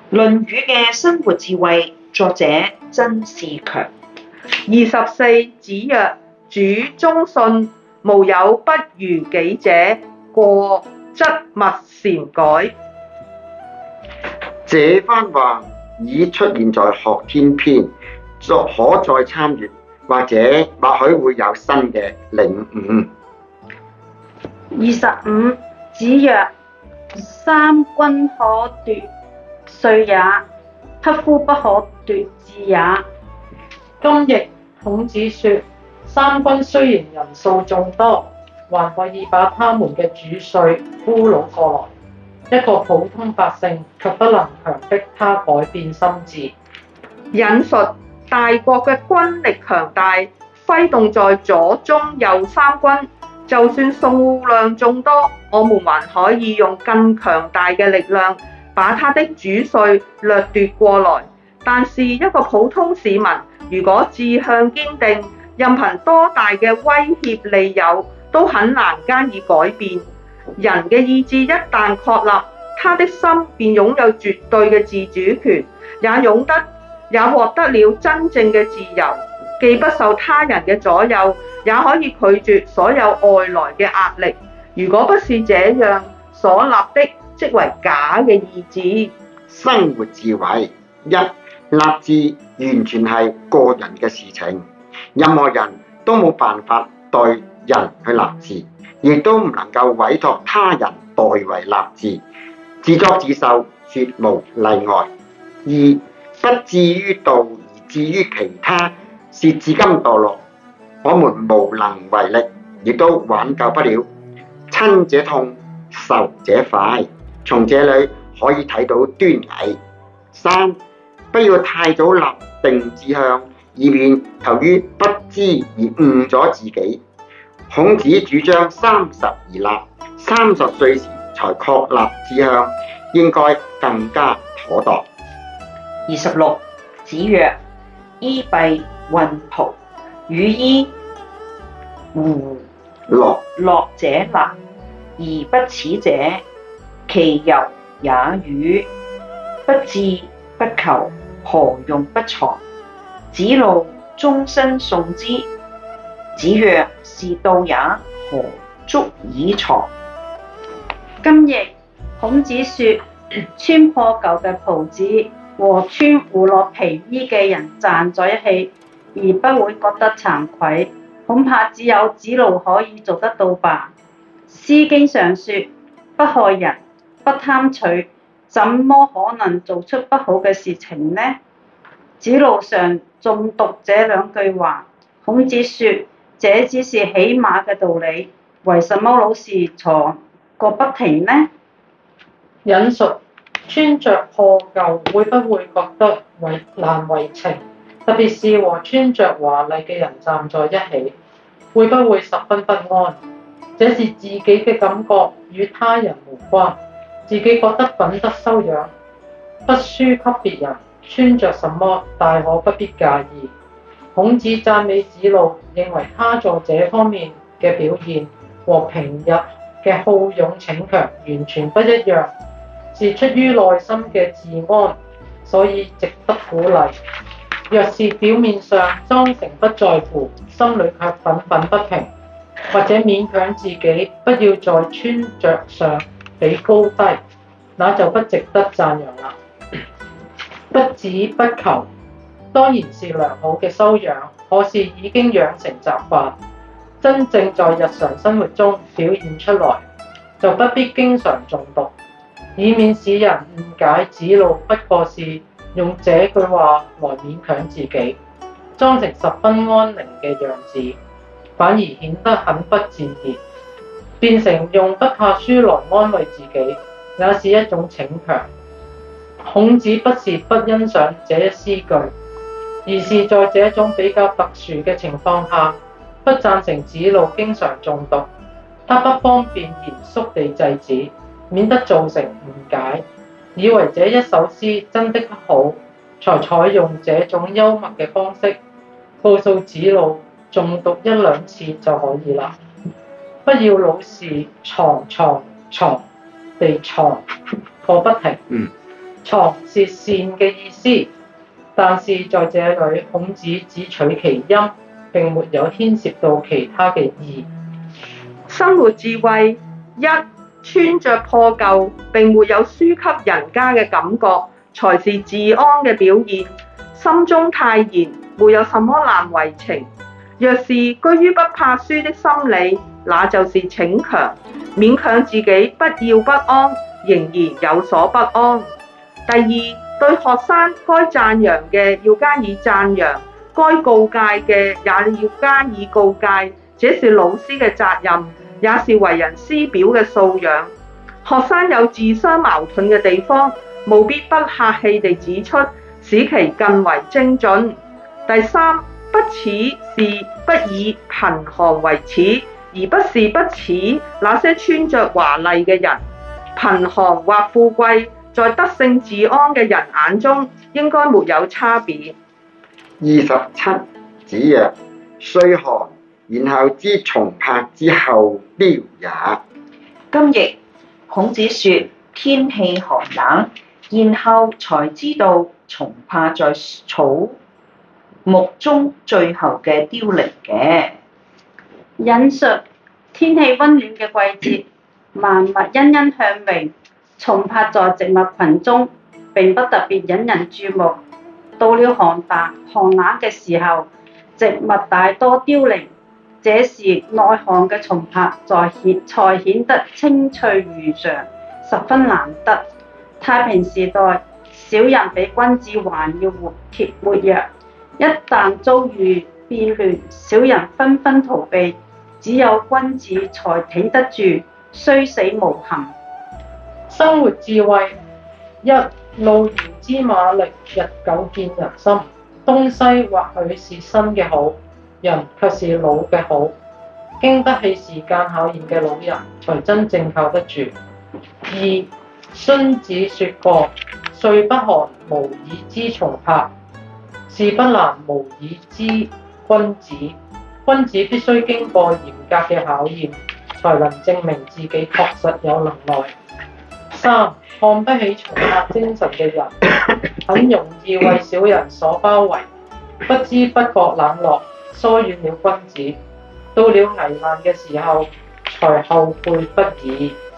論語嘅生活智慧，作者曾仕強。 24子曰：主忠信，無有不如己者，過則勿擅改。 這番話已出現在《學天篇》，可再參閱，或許會有新嘅領悟。 25子曰：三軍可奪帥也，匹夫不可奪志也。 今譯孔子說，三軍雖然人數眾多，還可以把他們嘅主帥俘虜過來，一個普通百姓卻不能強迫他改變心志。 引述大國嘅軍力強大，揮動在左中右三軍，就算數量眾多，我們還可以用更強大嘅力量把他的主帥掠奪過來。但是一個普通市民，如果志向堅定，任憑多大嘅威脅利誘，都很難加以改變。人嘅意志一旦確立，他的心便擁有絕對嘅自主權，也獲得了真正嘅自由，既不受他人嘅左右，也可以拒絕所有外來嘅壓力。如果不是這樣，所立的即為假嘅意志。 生活智慧一，立志完全係個人嘅事情，任何人都冇辦法代人去立志，亦都唔能夠委託他人代為立志，自作自受，絕無例外。二，不至於道而至於其他，是至今墮落，我們無能為力，亦都挽救不了。親者痛，仇者快，從這裡可以睇到端倪。三，不要太早立定志向，以免由於不知而誤咗自己。孔子主張30而立，30歲時才確立志向，應該更加妥當。 26子曰：衣蔽運袍，與衣狐樂者立，而不恥者，其猶也與？不志不求，何用不藏？子路終身誦之。子曰：是道也，何足以藏？ 今譯孔子說，穿破舊嘅袍子和穿胡落皮衣嘅人站在一起，而不會覺得慚愧，恐怕只有子路可以做得到吧。詩經上說，不害人，不貪取，怎麼可能做出不好嘅事情呢？子路常誦讀這兩句話，孔子說，這只是起碼嘅道理，為什麼老是坐個不停呢？ 引述穿着破舊會不會覺得難為情？特別是和穿着華麗嘅人站在一起，會不會十分不安？這是自己嘅感覺，與他人無關。自己覺得品德修養不輸給別人，穿着什麼大可不必介意。孔子讚美子路，認為他在這方面嘅表現和平日嘅好勇逞強完全不一樣，是出於內心嘅自安，所以值得鼓勵。若是表面上裝成不在乎，心裡卻憤憤不平，或者勉強自己不要在穿着上比高低，那就不值得讚揚啦。不止不求，當然是良好嘅修養，可是已經養成習慣，真正在日常生活中表現出來，就不必經常誦讀，以免使人誤解子路不過是用這句話來勉強自己，裝成十分安寧嘅樣子，反而顯得很不自然，變成用不怕輸來安慰自己，也是一種逞強。孔子不是不欣賞這一詩句，而是在這種比較特殊嘅情況下，不贊成子路經常誦讀，他不方便嚴肅地制止，免得造成誤解，以為這一首詩真的不好，才採用這種幽默嘅方式，告訴子路誦讀一兩次就可以啦，不要老是藏地藏個不停。 藏是善嘅意思，但是在這裏孔子只取其音，並沒有牽涉到其他嘅義。 生活智慧一，穿着破舊並沒有輸給人家嘅感覺，才是治安嘅表現。心中泰然，沒有什麼難為情。若是居於不怕輸的心理，那就是逞強，勉強自己不要不安，仍然有所不安。第二，對學生該讚揚嘅要加以讚揚，該告誡嘅也要加以告誡，這是老師嘅責任，也是為人師表嘅素養。學生有自相矛盾嘅地方，務必不客氣地指出，使其更為精進。第三，不恥是不以貧寒為恥，而不是不恥那些穿着華麗嘅人。貧寒或富貴，在德性治安嘅人眼中，應該沒有差別。 27子曰：歲寒，然後知松柏之後凋也。 今譯孔子說天氣寒冷，然後才知道松柏在草木中最後嘅凋零嘅。 引述天氣温暖嘅季節，萬物欣欣向榮，松柏在植物群中並不特別引人注目。到了寒冷嘅時候，植物大多凋零，這時耐寒嘅松柏才顯得青翠如常，十分難得。太平時代，小人比君子還要活躍，一旦遭遇變亂，小人紛紛逃避，只有君子才挺得住，雖死無憾。 生活智慧一，路遙知馬力，日久見人心。東西或許是新嘅好，人卻是老嘅好。經得起時間考驗嘅老人，才真正靠得住。二，荀子說過：歲不寒，無以知松柏；事不難，無以知君子。君子必須經過嚴格嘅考驗，才能證明自己確實有能耐。三，看不起松柏精神嘅人，很容易為小人所包圍，不知不覺冷落，疏遠了君子，到了危難嘅時候，才後悔不已。